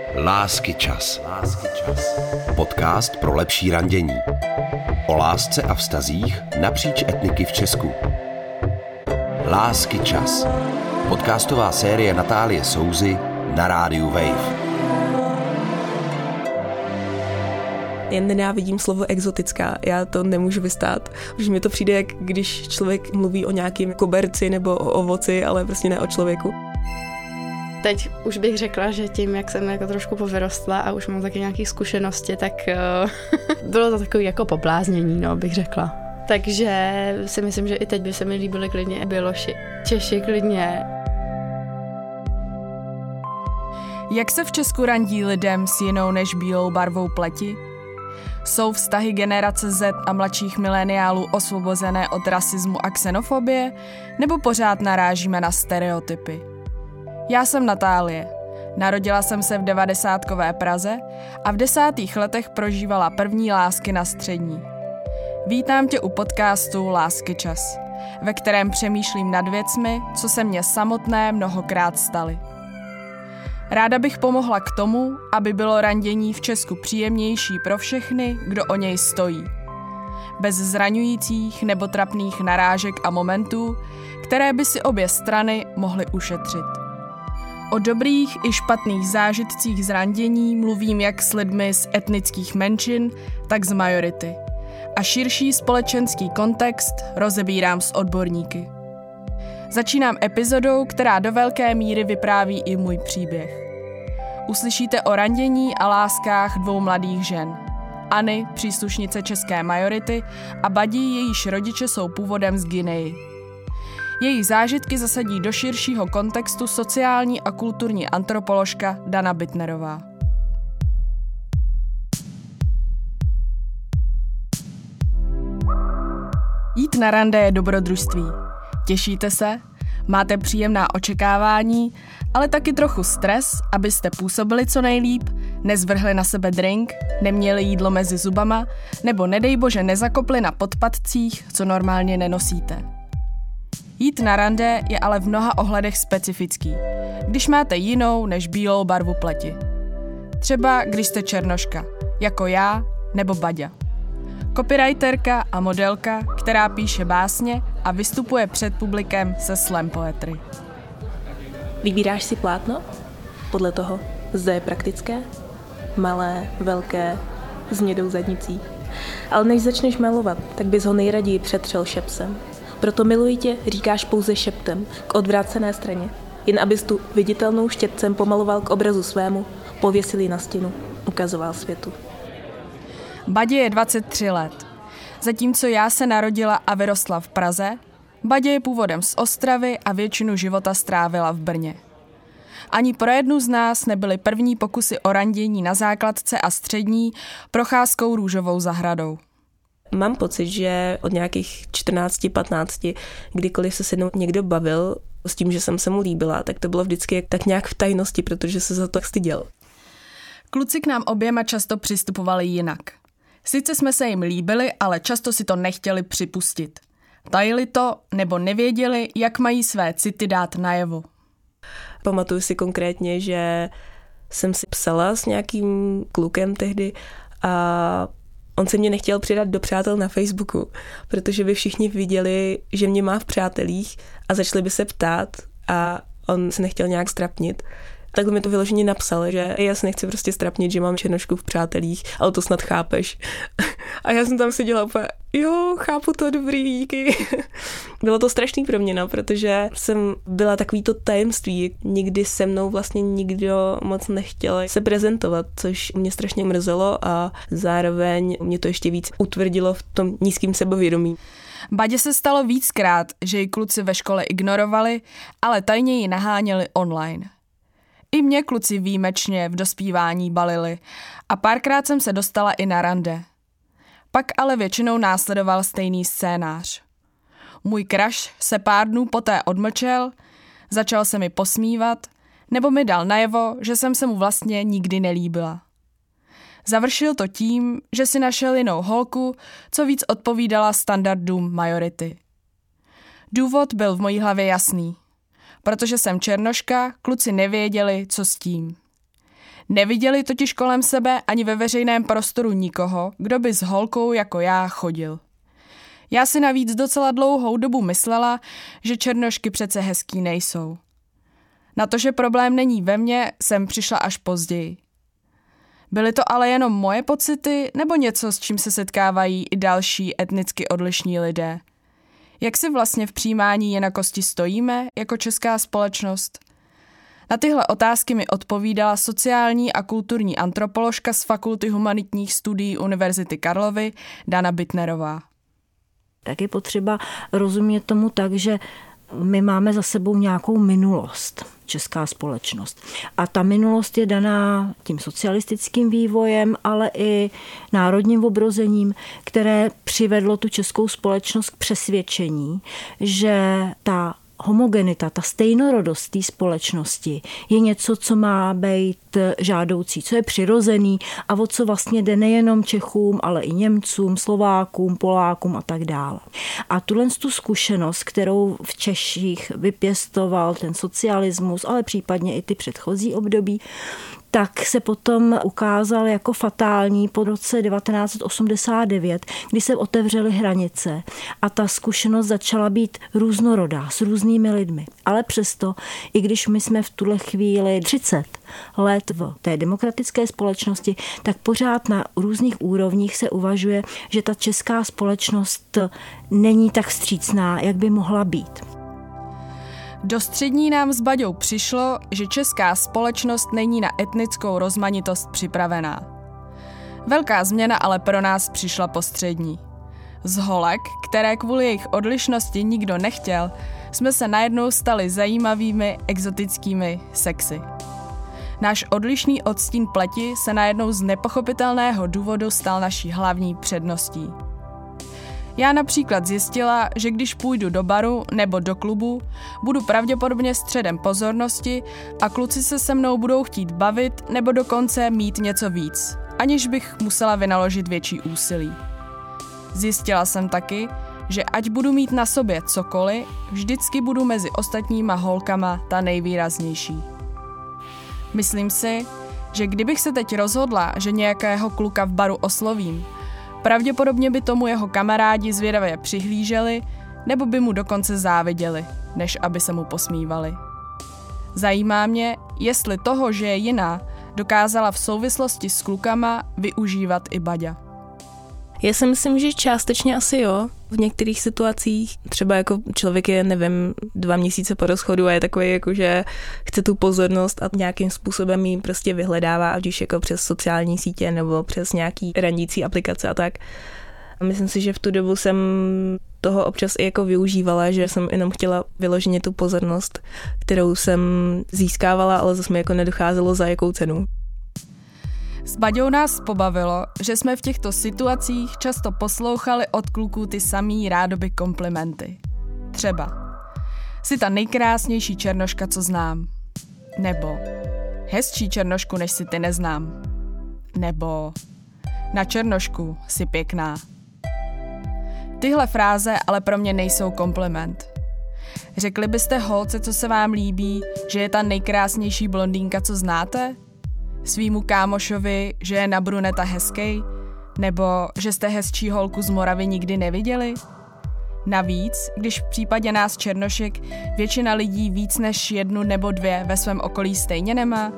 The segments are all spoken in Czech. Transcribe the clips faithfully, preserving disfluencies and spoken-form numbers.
Lásky čas. Lásky čas. Podcast pro lepší randění. O lásce a vztazích napříč etniky v Česku. Lásky čas. Podcastová série Natálie Souzy na rádiu Wave. Já nenávidím slovo exotická, já to nemůžu vystát, protože mi to přijde, jak když člověk mluví o nějakém koberci nebo o ovoci, ale prostě ne o člověku. Teď už bych řekla, že tím, jak jsem jako trošku povyrostla a už mám taky nějaké zkušenosti, tak uh, bylo to takové jako pobláznění, no, bych řekla. Takže si myslím, že i teď by se mi líbily klidně Běloši, Češi klidně. Jak se v Česku randí lidem s jinou než bílou barvou pleti? Jsou vztahy generace Z a mladších mileniálů osvobozené od rasismu a xenofobie, nebo pořád narážíme na stereotypy? Já jsem Natálie. Narodila jsem se v devadesátkové Praze a v desátých letech prožívala první lásky na střední. Vítám tě u podcastu Lásky čas, ve kterém přemýšlím nad věcmi, co se mně samotné mnohokrát staly. Ráda bych pomohla k tomu, aby bylo randění v Česku příjemnější pro všechny, kdo o něj stojí. Bez zraňujících nebo trapných narážek a momentů, které by si obě strany mohly ušetřit. O dobrých i špatných zážitcích z randění mluvím jak s lidmi z etnických menšin, tak z majority. A širší společenský kontext rozebírám s odborníky. Začínám epizodou, která do velké míry vypráví i můj příběh. Uslyšíte o randění a láskách dvou mladých žen. Anny, příslušnice české majority, a Badi, jejíž rodiče jsou původem z Guineji. Jejich zážitky zasadí do širšího kontextu sociální a kulturní antropoložka Dana Bittnerová. Jít na rande je dobrodružství. Těšíte se? Máte příjemná očekávání, ale taky trochu stres, abyste působili co nejlíp, nezvrhli na sebe drink, neměli jídlo mezi zubama, nebo nedej bože nezakopli na podpatcích, co normálně nenosíte. Jít na rande je ale v mnoha ohledech specifický, když máte jinou než bílou barvu pleti. Třeba když jste černoška, jako já nebo Baďa. Copywriterka a modelka, která píše básně a vystupuje před publikem se slam poetry. Vybíráš si plátno? Podle toho, zda je praktické? Malé, velké, s hnědou zadnicí. Ale než začneš malovat, tak bys ho nejraději přetřel šepsem. Proto miluji tě, říkáš pouze šeptem, k odvrácené straně. Jen abys tu viditelnou štětcem pomaloval k obrazu svému, pověsil ji na stěnu, ukazoval světu. Badě je dvacet tři let. Zatímco já se narodila a vyrostla v Praze, Badě je původem z Ostravy a většinu života strávila v Brně. Ani pro jednu z nás nebyly první pokusy o randění na základce a střední procházkou růžovou zahradou. Mám pocit, že od nějakých čtrnáct patnáct, kdykoliv se se mnou někdo bavil s tím, že jsem se mu líbila, tak to bylo vždycky tak nějak v tajnosti, protože se za to styděl. Kluci k nám oběma často přistupovali jinak. Sice jsme se jim líbili, ale často si to nechtěli připustit. Tajili to nebo nevěděli, jak mají své city dát najevo. Pamatuju si konkrétně, že jsem si psala s nějakým klukem tehdy a on se mě nechtěl přidat do přátel na Facebooku, protože by všichni viděli, že mě má v přátelích a začali by se ptát a on se nechtěl nějak strapnit. Takhle mi to vyloženě napsal, že já se nechci prostě strapnit, že mám černošku v přátelích, ale to snad chápeš. A já jsem tam seděla úplně, jo, chápu to, dobrý, díky. Bylo to strašný pro mě, no, protože jsem byla takový to tajemství. Nikdy se mnou vlastně nikdo moc nechtěl se prezentovat, což mě strašně mrzelo a zároveň mě to ještě víc utvrdilo v tom nízkém sebevědomí. Badě se stalo víckrát, že ji kluci ve škole ignorovali, ale tajně ji naháněli online. I mě kluci výjimečně v dospívání balili a párkrát jsem se dostala i na rande. Pak ale většinou následoval stejný scénář. Můj crush se pár dnů poté odmlčel, začal se mi posmívat, nebo mi dal najevo, že jsem se mu vlastně nikdy nelíbila. Završil to tím, že si našel jinou holku, co víc odpovídala standardům majority. Důvod byl v mojí hlavě jasný. Protože jsem černoška, kluci nevěděli, co s tím. Neviděli totiž kolem sebe ani ve veřejném prostoru nikoho, kdo by s holkou jako já chodil. Já si navíc docela dlouhou dobu myslela, že černošky přece hezký nejsou. Na to, že problém není ve mně, jsem přišla až později. Byly to ale jenom moje pocity, nebo něco, s čím se setkávají i další etnicky odlišní lidé? Jak si vlastně v přijímání jinakosti stojíme jako česká společnost? Na tyhle otázky mi odpovídala sociální a kulturní antropoložka z Fakulty humanitních studií Univerzity Karlovy Dana Bittnerová. Tak je potřeba rozumět tomu tak, že my máme za sebou nějakou minulost, česká společnost. A ta minulost je daná tím socialistickým vývojem, ale i národním obrozením, které přivedlo tu českou společnost k přesvědčení, že ta homogenita, ta stejnorodost té společnosti je něco, co má být žádoucí, co je přirozený a o co vlastně jde nejenom Čechům, ale i Němcům, Slovákům, Polákům a tak dále. A tuhle tu zkušenost, kterou v Češích vypěstoval ten socialismus, ale případně i ty předchozí období, tak se potom ukázal jako fatální po roce devatenáct osmdesát devět, kdy se otevřely hranice a ta zkušenost začala být různorodá s různými lidmi. Ale přesto, i když my jsme v tuhle chvíli třicet let v té demokratické společnosti, tak pořád na různých úrovních se uvažuje, že ta česká společnost není tak vstřícná, jak by mohla být. Do střední nám s Baďou přišlo, že česká společnost není na etnickou rozmanitost připravená. Velká změna ale pro nás přišla po střední. Z holek, které kvůli jejich odlišnosti nikdo nechtěl, jsme se najednou stali zajímavými, exotickými sexy. Náš odlišný odstín pleti se najednou z nepochopitelného důvodu stal naší hlavní předností. Já například zjistila, že když půjdu do baru nebo do klubu, budu pravděpodobně středem pozornosti a kluci se se mnou budou chtít bavit nebo dokonce mít něco víc, aniž bych musela vynaložit větší úsilí. Zjistila jsem taky, že ať budu mít na sobě cokoliv, vždycky budu mezi ostatníma holkama ta nejvýraznější. Myslím si, že kdybych se teď rozhodla, že nějakého kluka v baru oslovím, pravděpodobně by tomu jeho kamarádi zvědavě přihlíželi nebo by mu dokonce záviděli, než aby se mu posmívali. Zajímá mě, jestli toho, že je jiná, dokázala v souvislosti s klukama využívat i Baďa. Já si myslím, že částečně asi jo. V některých situacích, třeba jako člověk je, nevím, dva měsíce po rozchodu a je takový, jako že chce tu pozornost a nějakým způsobem ji prostě vyhledává, ať už jako přes sociální sítě nebo přes nějaký randící aplikace a tak. A myslím si, že v tu dobu jsem toho občas i jako využívala, že jsem jenom chtěla vyloženě tu pozornost, kterou jsem získávala, ale zase mi jako nedocházelo za jakou cenu. S Baďou nás pobavilo, že jsme v těchto situacích často poslouchali od kluků ty samý rádoby komplimenty. Třeba jsi ta nejkrásnější černoška, co znám. Nebo hezčí černošku, než si ty neznám. Nebo na černošku jsi pěkná. Tyhle fráze ale pro mě nejsou kompliment. Řekli byste holce, co se vám líbí, že je ta nejkrásnější blondýnka, co znáte? Svýmu kámošovi, že je na bruneta hezkej? Nebo že jste hezčí holku z Moravy nikdy neviděli? Navíc, když v případě nás černošek většina lidí víc než jednu nebo dvě ve svém okolí stejně nemá?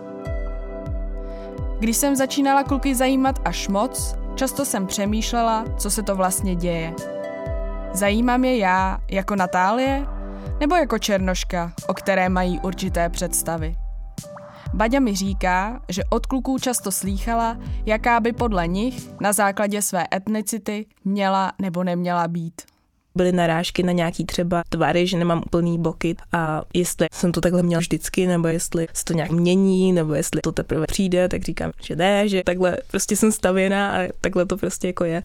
Když jsem začínala kluky zajímat až moc, často jsem přemýšlela, co se to vlastně děje. Zajímám je já jako Natálie, nebo jako černoška, o které mají určité představy? Baďa mi říká, že od kluků často slýchala, jaká by podle nich na základě své etnicity měla nebo neměla být. Byly narážky na nějaký třeba tvary, že nemám úplný boky a jestli jsem to takhle měla vždycky, nebo jestli se to nějak mění, nebo jestli to teprve přijde, tak říkám, že ne, že takhle prostě jsem stavěná a takhle to prostě jako je.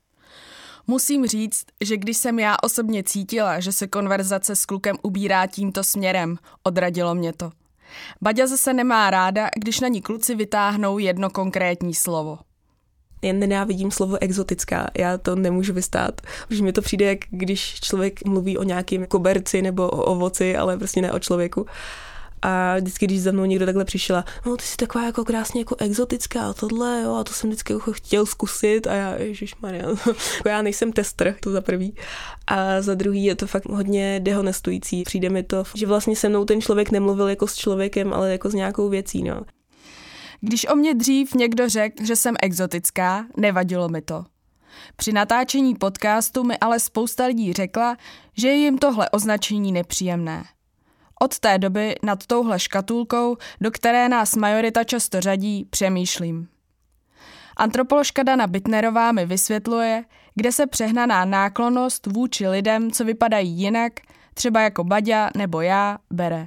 Musím říct, že když jsem já osobně cítila, že se konverzace s klukem ubírá tímto směrem, odradilo mě to. Baďa zase nemá ráda, když na ní kluci vytáhnou jedno konkrétní slovo. Já nenávidím slovo exotická, já to nemůžu vystát, protože mi to přijde, jak když člověk mluví o nějakém koberci nebo o ovoci, ale prostě ne o člověku. A vždycky, když za mnou někdo takhle přišla, no ty jsi taková jako krásně jako exotická a tohle, jo, a to jsem vždycky jako chtěl zkusit a já, ježišmarja, já nejsem tester, to za prvý. A za druhý je to fakt hodně dehonestující. Přijde mi to, že vlastně se mnou ten člověk nemluvil jako s člověkem, ale jako s nějakou věcí, no. Když o mě dřív někdo řekl, že jsem exotická, nevadilo mi to. Při natáčení podcastu mi ale spousta lidí řekla, že je jim tohle označení nepříjemné. Od té doby nad touhle škatulkou, do které nás majorita často řadí, přemýšlím. Antropoložka Dana Bittnerová mi vysvětluje, kde se přehnaná náklonnost vůči lidem, co vypadají jinak, třeba jako Baďa nebo já, bere.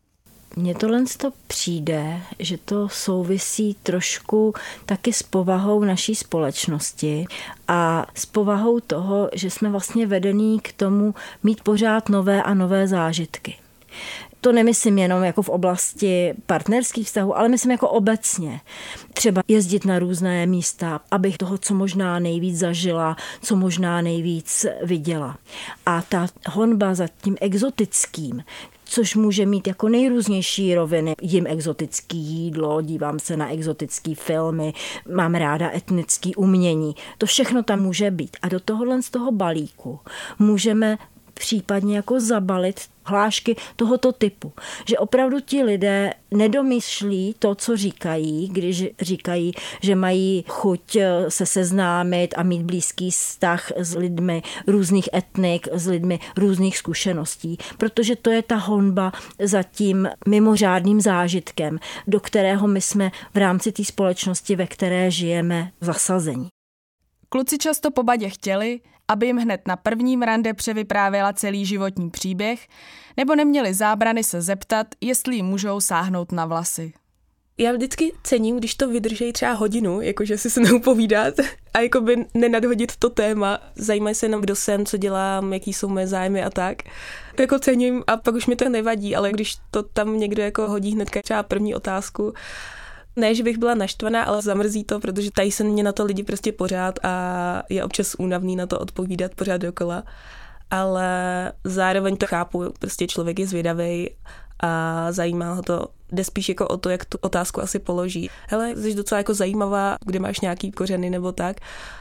Mně tohle to přijde, že to souvisí trošku taky s povahou naší společnosti a s povahou toho, že jsme vlastně vedení k tomu mít pořád nové a nové zážitky. To nemyslím jenom jako v oblasti partnerských vztahů, ale myslím jako obecně. Třeba jezdit na různé místa, abych toho co možná nejvíc zažila, co možná nejvíc viděla. A ta honba za tím exotickým, což může mít jako nejrůznější roviny. Jím exotické jídlo, dívám se na exotické filmy, mám ráda etnické umění. To všechno tam může být. A do tohohle z toho balíku můžeme případně jako zabalit hlášky tohoto typu. Že opravdu ti lidé nedomýšlí to, co říkají, když říkají, že mají chuť se seznámit a mít blízký vztah s lidmi různých etnik, s lidmi různých zkušeností, protože to je ta honba za tím mimořádným zážitkem, do kterého my jsme v rámci té společnosti, ve které žijeme, zasazení. Kluci často po Badě chtěli, aby jim hned na prvním rande převyprávěla celý životní příběh, nebo neměli zábrany se zeptat, jestli jim můžou sáhnout na vlasy. Já vždycky cením, když to vydrží třeba hodinu, jakože si se mnou povídat a jakoby nenadhodit to téma. Zajímají se jenom, kdo jsem, co dělám, jaký jsou moje zájmy a tak. Jako cením a pak už mi to nevadí, ale když to tam někdo jako hodí hnedka třeba první otázku, ne, že bych byla naštvaná, ale zamrzí to, protože tady se mě na to lidi prostě pořád a je občas únavný na to odpovídat pořád dokola. Ale zároveň to chápu, prostě člověk je zvědavý a zajímá ho to. Jde spíš jako o to, jak tu otázku asi položí. Hele, jsi docela jako zajímavá, kde máš nějaký kořeny nebo tak.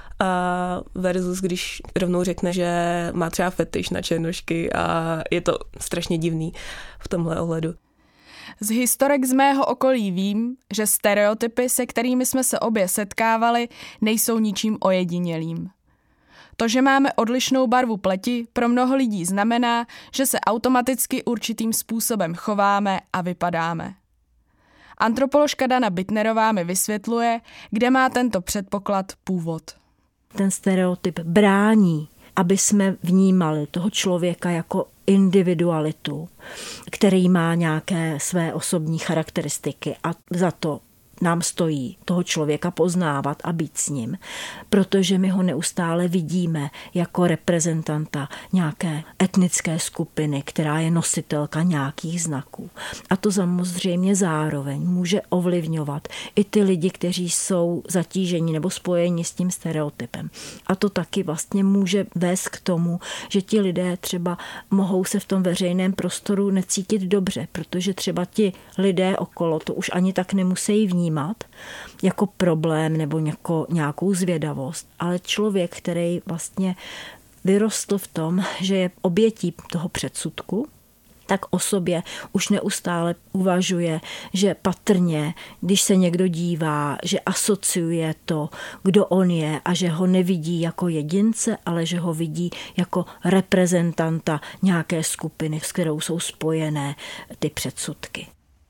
A versus, když rovnou řekne, že má třeba fetiš na černošky a je to strašně divný v tomhle ohledu. Z historek z mého okolí vím, že stereotypy, se kterými jsme se obě setkávali, nejsou ničím ojedinělým. To, že máme odlišnou barvu pleti, pro mnoho lidí znamená, že se automaticky určitým způsobem chováme a vypadáme. Antropoložka Dana Bittnerová mi vysvětluje, kde má tento předpoklad původ. Ten stereotyp brání, aby jsme vnímali toho člověka jako individualitu, který má nějaké své osobní charakteristiky a za to nám stojí toho člověka poznávat a být s ním, protože my ho neustále vidíme jako reprezentanta nějaké etnické skupiny, která je nositelka nějakých znaků. A to samozřejmě zároveň může ovlivňovat i ty lidi, kteří jsou zatíženi nebo spojeni s tím stereotypem. A to taky vlastně může vést k tomu, že ti lidé třeba mohou se v tom veřejném prostoru necítit dobře, protože třeba ti lidé okolo to už ani tak nemusí vnímat jako problém nebo jako nějakou zvědavost, ale člověk, který vlastně vyrostl v tom, že je obětí toho předsudku, tak o sobě už neustále uvažuje, že patrně, když se někdo dívá, že asociuje to, kdo on je a že ho nevidí jako jedince, ale že ho vidí jako reprezentanta nějaké skupiny, s kterou jsou spojené ty předsudky.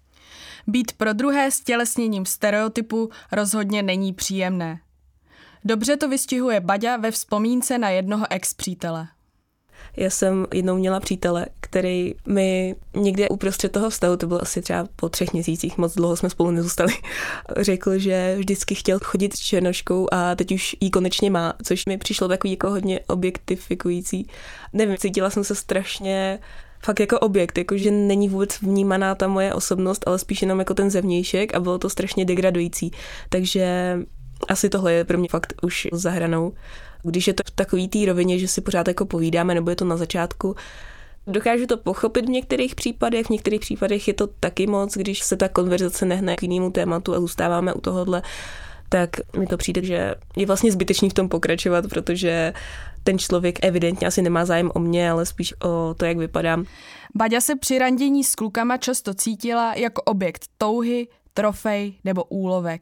Být pro druhé stělesněním stereotypu rozhodně není příjemné. Dobře to vystihuje Baďa ve vzpomínce na jednoho ex-přítele. Já jsem jednou měla přítele, který mi někde uprostřed toho vztahu, to bylo asi třeba po třech měsících, moc dlouho jsme spolu nezůstali, řekl, že vždycky chtěl chodit s černoškou a teď už jí konečně má, což mi přišlo takový jako hodně objektifikující. Nevím, cítila jsem se strašně fakt jako objekt, jako že není vůbec vnímaná ta moje osobnost, ale spíš jenom jako ten zevnějšek a bylo to strašně degradující. Takže asi tohle je pro mě fakt už za hranou. Když je to v takový té rovině, že si pořád jako povídáme, nebo je to na začátku, Dokážu to pochopit v některých případech, v některých případech je to taky moc, když se ta konverzace nehne k jinému tématu a zůstáváme u tohohle, tak mi to přijde, že je vlastně zbytečný v tom pokračovat, protože ten člověk evidentně asi nemá zájem o mě, ale spíš o to, jak vypadám. Baďa se při randění s klukama často cítila jako objekt touhy, trofej nebo úlovek.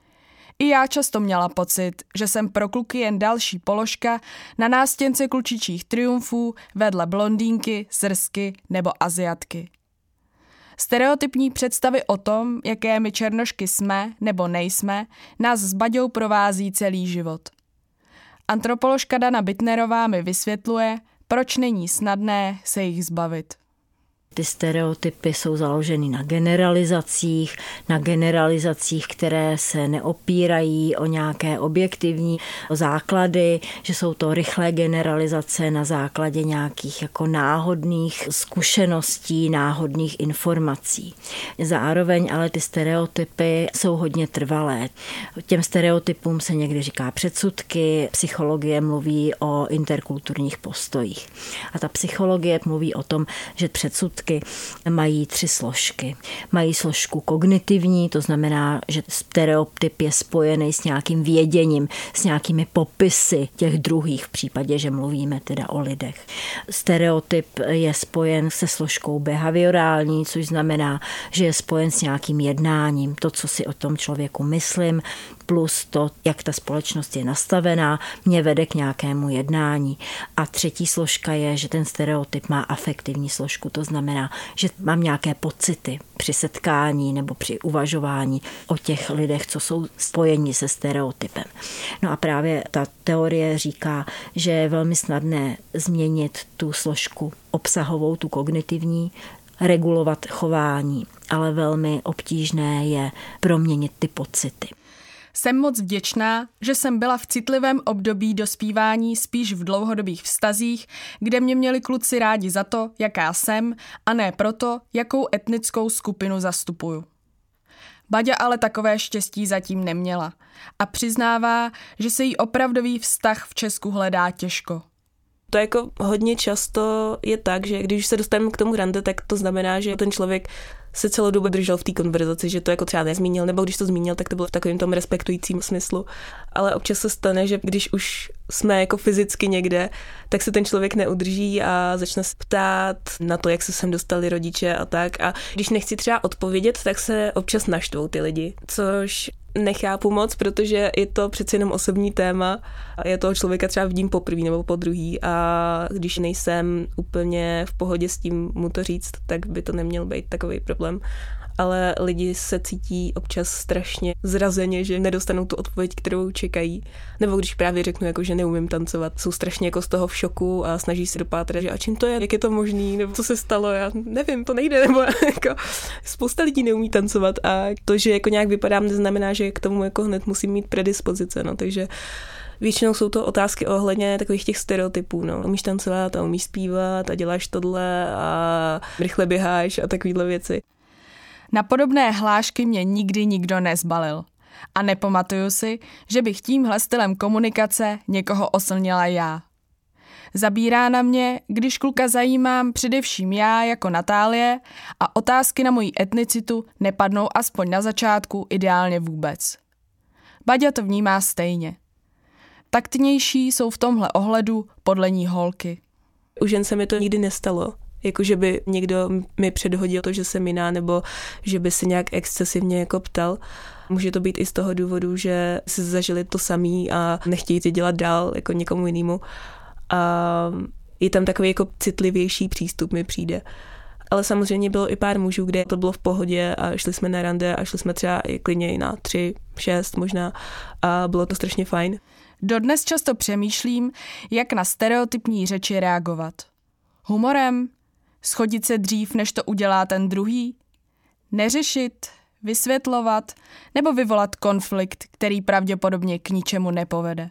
I já často měla pocit, že jsem pro kluky jen další položka na nástěnce klučičích triumfů vedle blondýnky, srsky nebo Asiatky. Stereotypní představy o tom, jaké my černošky jsme nebo nejsme, nás s Baďou provází celý život. Antropoložka Dana Bittnerová mi vysvětluje, proč není snadné se jich zbavit. Ty stereotypy jsou založeny na generalizacích, na generalizacích, které se neopírají o nějaké objektivní základy, že jsou to rychlé generalizace na základě nějakých jako náhodných zkušeností, náhodných informací. Zároveň ale ty stereotypy jsou hodně trvalé. Těm stereotypům se někdy říká předsudky, psychologie mluví o interkulturních postojích. A ta psychologie mluví o tom, že předsudky mají tři složky. Mají složku kognitivní, to znamená, že stereotyp je spojený s nějakým věděním, s nějakými popisy těch druhých v případě, že mluvíme teda o lidech. Stereotyp je spojen se složkou behaviorální, což znamená, že je spojen s nějakým jednáním. To, co si o tom člověku myslím, plus to, jak ta společnost je nastavená, mě vede k nějakému jednání. A třetí složka je, že ten stereotyp má afektivní složku, to znamená, že mám nějaké pocity při setkání nebo při uvažování o těch lidech, co jsou spojeni se stereotypem. No a právě ta teorie říká, že je velmi snadné změnit tu složku obsahovou, tu kognitivní, regulovat chování, ale velmi obtížné je proměnit ty pocity. Jsem moc vděčná, že jsem byla v citlivém období dospívání spíš v dlouhodobých vztazích, kde mě měli kluci rádi za to, jaká jsem, a ne proto, jakou etnickou skupinu zastupuju. Baďa ale takové štěstí zatím neměla a přiznává, že se jí opravdový vztah v Česku hledá těžko. To jako hodně často je tak, že když se dostaneme k tomu rande, tak to znamená, že ten člověk se celou dobu držel v té konverzaci, že to jako třeba nezmínil, nebo když to zmínil, tak to bylo v takovém tom respektujícím smyslu. Ale občas se stane, že když už jsme jako fyzicky někde, tak se ten člověk neudrží a začne se ptát na to, jak se sem dostali rodiče a tak. A když nechci třeba odpovědět, tak se občas naštvou ty lidi, což nechápu moc, protože je to přeci jenom osobní téma a já toho člověka třeba vidím poprvé nebo po druhý a když nejsem úplně v pohodě s tím mu to říct, tak by to neměl být takový problém. Ale lidi se cítí občas strašně zrazeně, že nedostanou tu odpověď, kterou čekají. Nebo když právě řeknu, jako, že neumím tancovat, jsou strašně jako z toho v šoku a snaží se dopátrat, že a čím to je, jak je to možný, nebo co se stalo, já nevím, to nejde, nebo jako spousta lidí neumí tancovat a to, že jako nějak vypadám, neznamená, že k tomu jako hned musím mít predispozice, no, takže většinou jsou to otázky ohledně takových těch stereotypů, no. Umíš tancovat a umíš zpívat a děláš tohle a rychle běháš a takovýhle věci. Na podobné hlášky mě nikdy nikdo nezbalil. A nepamatuju si, že bych tímhle stylem komunikace někoho oslnila já. Zabírá na mě, když kluka zajímám především já jako Natálie a otázky na moji etnicitu nepadnou aspoň na začátku ideálně vůbec. Baďa to vnímá stejně. Taktnější jsou v tomhle ohledu podle ní holky. U žen se mi to nikdy nestalo. Jako, že by někdo mi předhodil to, že jsem jiná, nebo že by se nějak excesivně jako ptal. Může to být i z toho důvodu, že si zažili to samý a nechtějí to dělat dál jako někomu jinému. A je tam takový jako citlivější přístup, mi přijde. Ale samozřejmě bylo i pár mužů, kde to bylo v pohodě a šli jsme na rande a šli jsme třeba i klidně i na tři, šest možná a bylo to strašně fajn. Dodnes často přemýšlím, jak na stereotypní řeči reagovat. Humorem? Schodit se dřív, než to udělá ten druhý? Neřešit, vysvětlovat nebo vyvolat konflikt, který pravděpodobně k ničemu nepovede.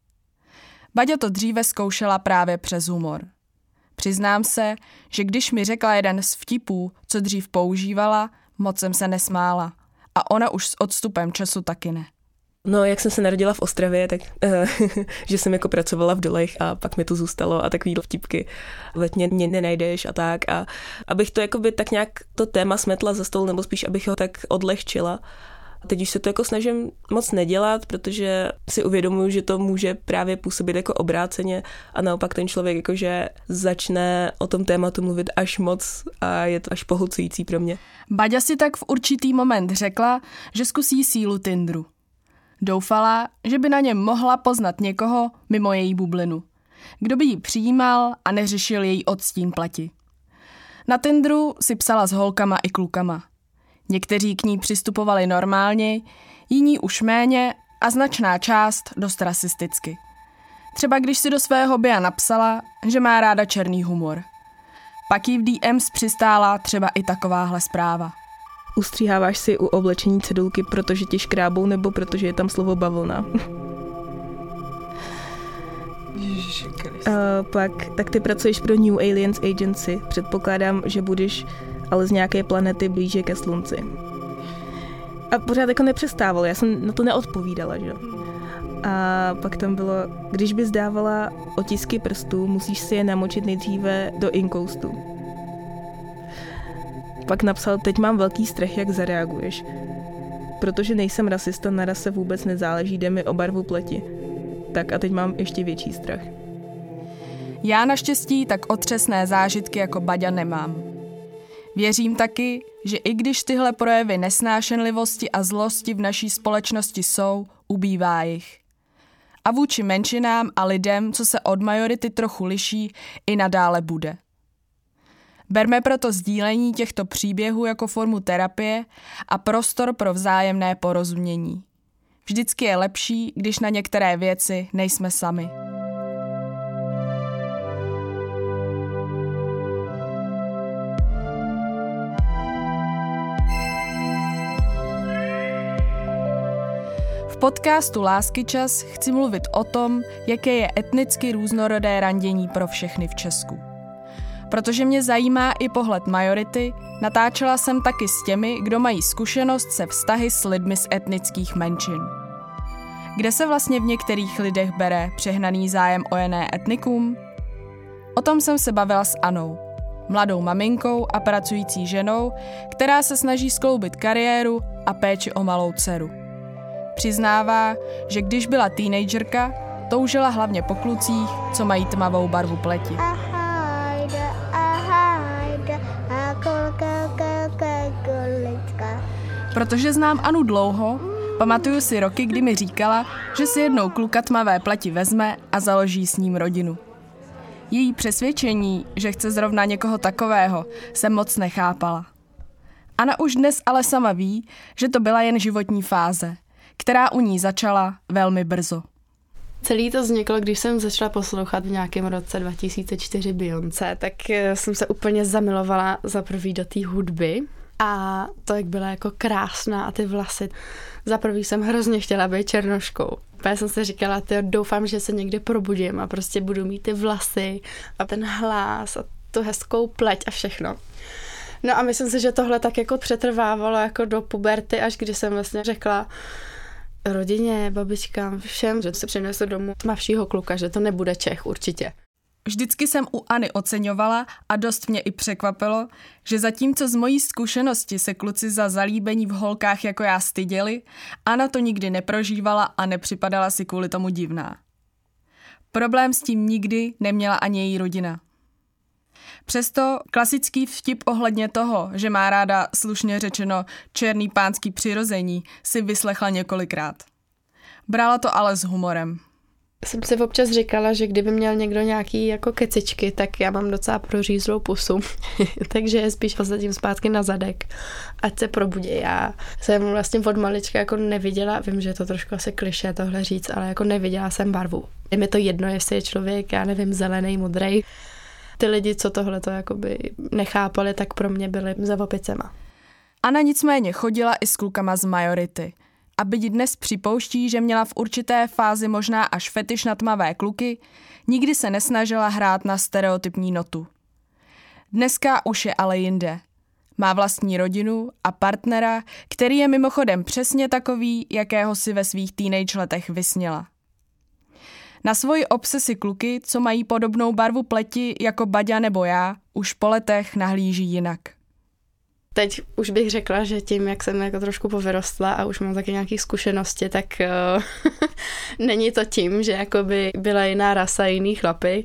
Baďa to dříve zkoušela právě přes humor. Přiznám se, že když mi řekla jeden z vtipů, co dřív používala, moc jsem se nesmála. A ona už s odstupem času taky ne. No, jak jsem se narodila v Ostravě, tak že jsem jako pracovala v dolech a pak mi to zůstalo a takový vtipky. Letně mě nenajdeš a tak. A abych to jakoby tak nějak to téma smetla za stůl, nebo spíš abych ho tak odlehčila. Teď už se to jako snažím moc nedělat, protože si uvědomuji, že to může právě působit jako obráceně a naopak ten člověk jakože začne o tom tématu mluvit až moc a je to až pohlcující pro mě. Baďa si tak v určitý moment řekla, že zkusí sílu Tinderu. Doufala, že by na něm mohla poznat někoho mimo její bublinu, kdo by ji přijímal a neřešil její odstín pleti. Na Tinderu si psala s holkama i klukama. Někteří k ní přistupovali normálně, jiní už méně a značná část dost rasisticky. Třeba když si do svého bio napsala, že má ráda černý humor. Pak jí v D Ms přistála třeba i takováhle zpráva. Ustříháváš si u oblečení cedulky, protože ti škrábou, nebo protože je tam slovo bavlna? Uh, pak, tak ty pracuješ pro New Aliens Agency. Předpokládám, že budeš ale z nějaké planety blíže ke slunci. A pořád jako nepřestávalo, já jsem na to neodpovídala, že? A pak tam bylo, když bys dávala otisky prstů, musíš si je namočit nejdříve do inkoustu. Pak napsal, teď mám velký strach, jak zareaguješ. Protože nejsem rasista, na rase vůbec nezáleží, jde mi o barvu pleti. Tak a teď mám ještě větší strach. Já naštěstí tak otřesné zážitky jako Baďa nemám. Věřím taky, že i když tyhle projevy nesnášenlivosti a zlosti v naší společnosti jsou, ubývá jich. A vůči menšinám a lidem, co se od majority trochu liší, i nadále bude. Berme proto sdílení těchto příběhů jako formu terapie a prostor pro vzájemné porozumění. Vždycky je lepší, když na některé věci nejsme sami. V podcastu Lásky čas chci mluvit o tom, jaké je etnicky různorodé randění pro všechny v Česku. Protože mě zajímá i pohled majority, natáčela jsem taky s těmi, kdo mají zkušenost se vztahy s lidmi z etnických menšin. Kde se vlastně v některých lidech bere přehnaný zájem o jiné etnikum? O tom jsem se bavila s Anou, mladou maminkou a pracující ženou, která se snaží skloubit kariéru a péči o malou dceru. Přiznává, že když byla teenagerka, toužila hlavně po klucích, co mají tmavou barvu pleti. Protože znám Anu dlouho, pamatuju si roky, kdy mi říkala, že si jednou kluka tmavé pleti vezme a založí s ním rodinu. Její přesvědčení, že chce zrovna někoho takového, jsem moc nechápala. Ana už dnes ale sama ví, že to byla jen životní fáze, která u ní začala velmi brzo. Celý to vzniklo, když jsem začala poslouchat v nějakém roce dva tisíce čtyři Beyoncé, tak jsem se úplně zamilovala za prvý do té hudby. A to, jak byla jako krásná a ty vlasy. Za prvý jsem hrozně chtěla být černoškou. Já jsem si říkala, tyjo, doufám, že se někde probudím a prostě budu mít ty vlasy a ten hlas a tu hezkou pleť a všechno. No a myslím si, že tohle tak jako přetrvávalo jako do puberty, až když jsem vlastně řekla rodině, babičkám, všem, že se přinesu domů tmavšího kluka, že to nebude Čech určitě. Vždycky jsem u Any oceňovala a dost mě i překvapilo, že zatímco z mojí zkušenosti se kluci za zalíbení v holkách jako já styděli, Ana to nikdy neprožívala a nepřipadala si kvůli tomu divná. Problém s tím nikdy neměla ani její rodina. Přesto klasický vtip ohledně toho, že má ráda slušně řečeno černý pánský přirození, si vyslechla několikrát. Brala to ale s humorem. Jsem si občas říkala, že kdyby měl někdo nějaký jako kecičky, tak já mám docela prořízlou pusu, takže je spíš posadím zpátky na zadek, ať se probudí. Já jsem vlastně od malička jako neviděla, vím, že je to trošku asi klišé tohle říct, ale jako neviděla jsem barvu. Je mi to jedno, jestli je člověk, já nevím, zelený, modrej. Ty lidi, co tohle to jakoby nechápali, tak pro mě byli za opicema. Ana nicméně chodila i s klukama z majority. A byť dnes připouští, že měla v určité fázi možná až fetiš na tmavé kluky, nikdy se nesnažila hrát na stereotypní notu. Dneska už je ale jinde. Má vlastní rodinu a partnera, který je mimochodem přesně takový, jakého si ve svých teenage letech vysněla. Na svoji obsesi kluky, co mají podobnou barvu pleti jako Baďa nebo já, už po letech nahlíží jinak. Teď už bych řekla, že tím, jak jsem jako trošku povyrostla a už mám taky nějaké zkušenosti, tak uh, není to tím, že jakoby byla jiná rasa, jiný chlapy.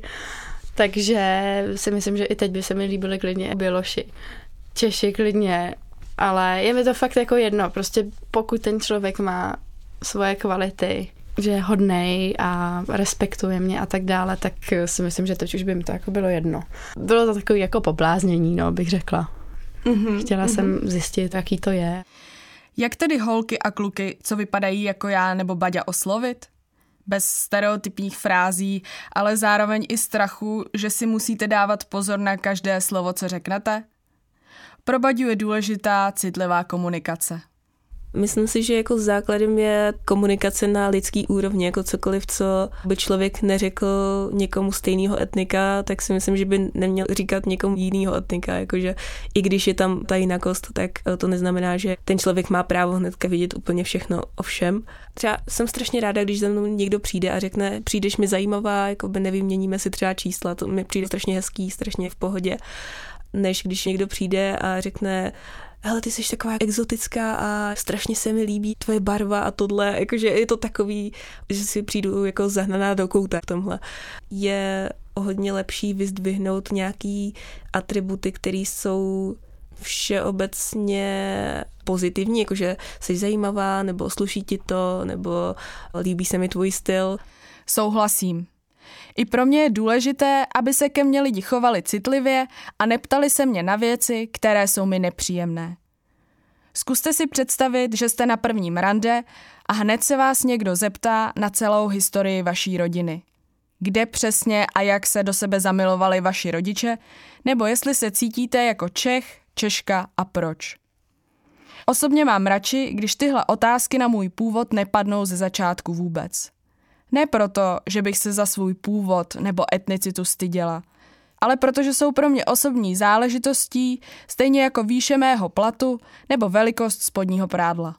Takže si myslím, že i teď by se mi líbily klidně Běloši, Češi klidně, ale je mi to fakt jako jedno. Prostě pokud ten člověk má svoje kvality, že je hodnej a respektuje mě a tak dále, tak si myslím, že teď už by mi to jako bylo jedno. Bylo to takové jako pobláznění, no, bych řekla. Mm-hmm, Chtěla mm-hmm. jsem zjistit, jaký to je. Jak tedy holky a kluky, co vypadají jako já nebo Baďa, oslovit? Bez stereotypních frází, ale zároveň i strachu, že si musíte dávat pozor na každé slovo, co řeknete? Pro Baďu je důležitá citlivá komunikace. Myslím si, že jako základem je komunikace na lidský úrovni, jako cokoliv, co by člověk neřekl někomu stejného etnika, tak si myslím, že by neměl říkat někomu jiného etnika, jakože i když je tam ta jinakost, tak to neznamená, že ten člověk má právo hnedka vidět úplně všechno o všem. Třeba jsem strašně ráda, když za mnou někdo přijde a řekne, přijdeš mi zajímavá, jako by nevyměníme si třeba čísla, to mi přijde strašně hezký, strašně v pohodě, než když někdo přijde a řekne, hele, ty jsi taková exotická a strašně se mi líbí tvoje barva a tohle, jakože je to takový, že si přijdu jako zahnaná do kouta v tomhle. Je hodně lepší vyzdvihnout nějaký atributy, které jsou všeobecně pozitivní, jakože jsi zajímavá, nebo sluší ti to, nebo líbí se mi tvůj styl. Souhlasím. I pro mě je důležité, aby se ke mně lidi chovali citlivě a neptali se mě na věci, které jsou mi nepříjemné. Zkuste si představit, že jste na prvním rande a hned se vás někdo zeptá na celou historii vaší rodiny. Kde přesně a jak se do sebe zamilovali vaši rodiče, nebo jestli se cítíte jako Čech, Češka a proč. Osobně mám radši, když tyhle otázky na můj původ nepadnou ze začátku vůbec. Ne proto, že bych se za svůj původ nebo etnicitu styděla, ale protože jsou pro mě osobní záležitostí, stejně jako výše mého platu nebo velikost spodního prádla.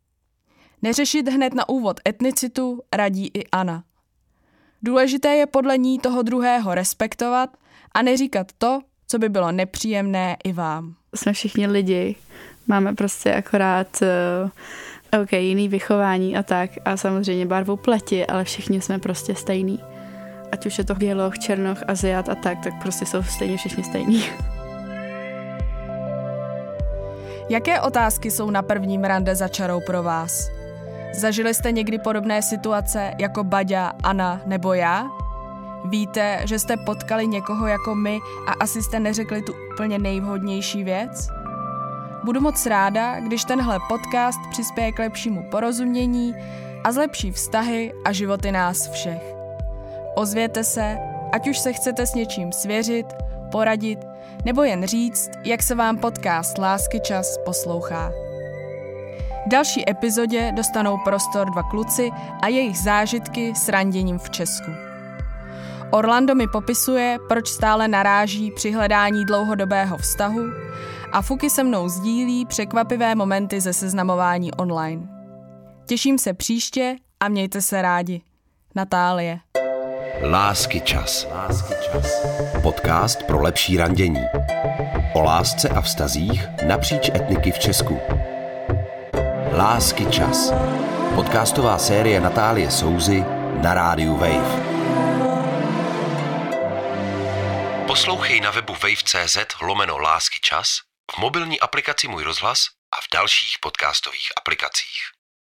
Neřešit hned na úvod etnicitu radí i Anna. Důležité je podle ní toho druhého respektovat a neříkat to, co by bylo nepříjemné i vám. Jsme všichni lidi, máme prostě akorát uh, ok, jiný vychování a tak a samozřejmě barvu pleti, ale všichni jsme prostě stejný. Ať už je to běloch, černoch, aziat a tak, tak prostě jsou stejně všichni stejní. Jaké otázky jsou na prvním rande za čarou pro vás? Zažili jste někdy podobné situace jako Baďa, Anna nebo já? Víte, že jste potkali někoho jako my a asi jste neřekli tu úplně nejvhodnější věc? Budu moc ráda, když tenhle podcast přispěje k lepšímu porozumění a zlepší vztahy a životy nás všech. Ozvěte se, ať už se chcete s něčím svěřit, poradit, nebo jen říct, jak se vám podcast Lásky čas poslouchá. V další epizodě dostanou prostor dva kluci a jejich zážitky s randěním v Česku. Orlando mi popisuje, proč stále naráží při hledání dlouhodobého vztahu a Fuky se mnou sdílí překvapivé momenty ze seznamování online. Těším se příště a mějte se rádi. Natálie. Lásky čas. Lásky čas. Podcast pro lepší randění. O lásce a vztazích napříč etniky v Česku. Lásky čas. Podcastová série Natálie Souzy na rádiu Wave. Poslouchej na webu wave tečka cé zet lomeno lásky čas, v mobilní aplikaci Můj rozhlas a v dalších podcastových aplikacích.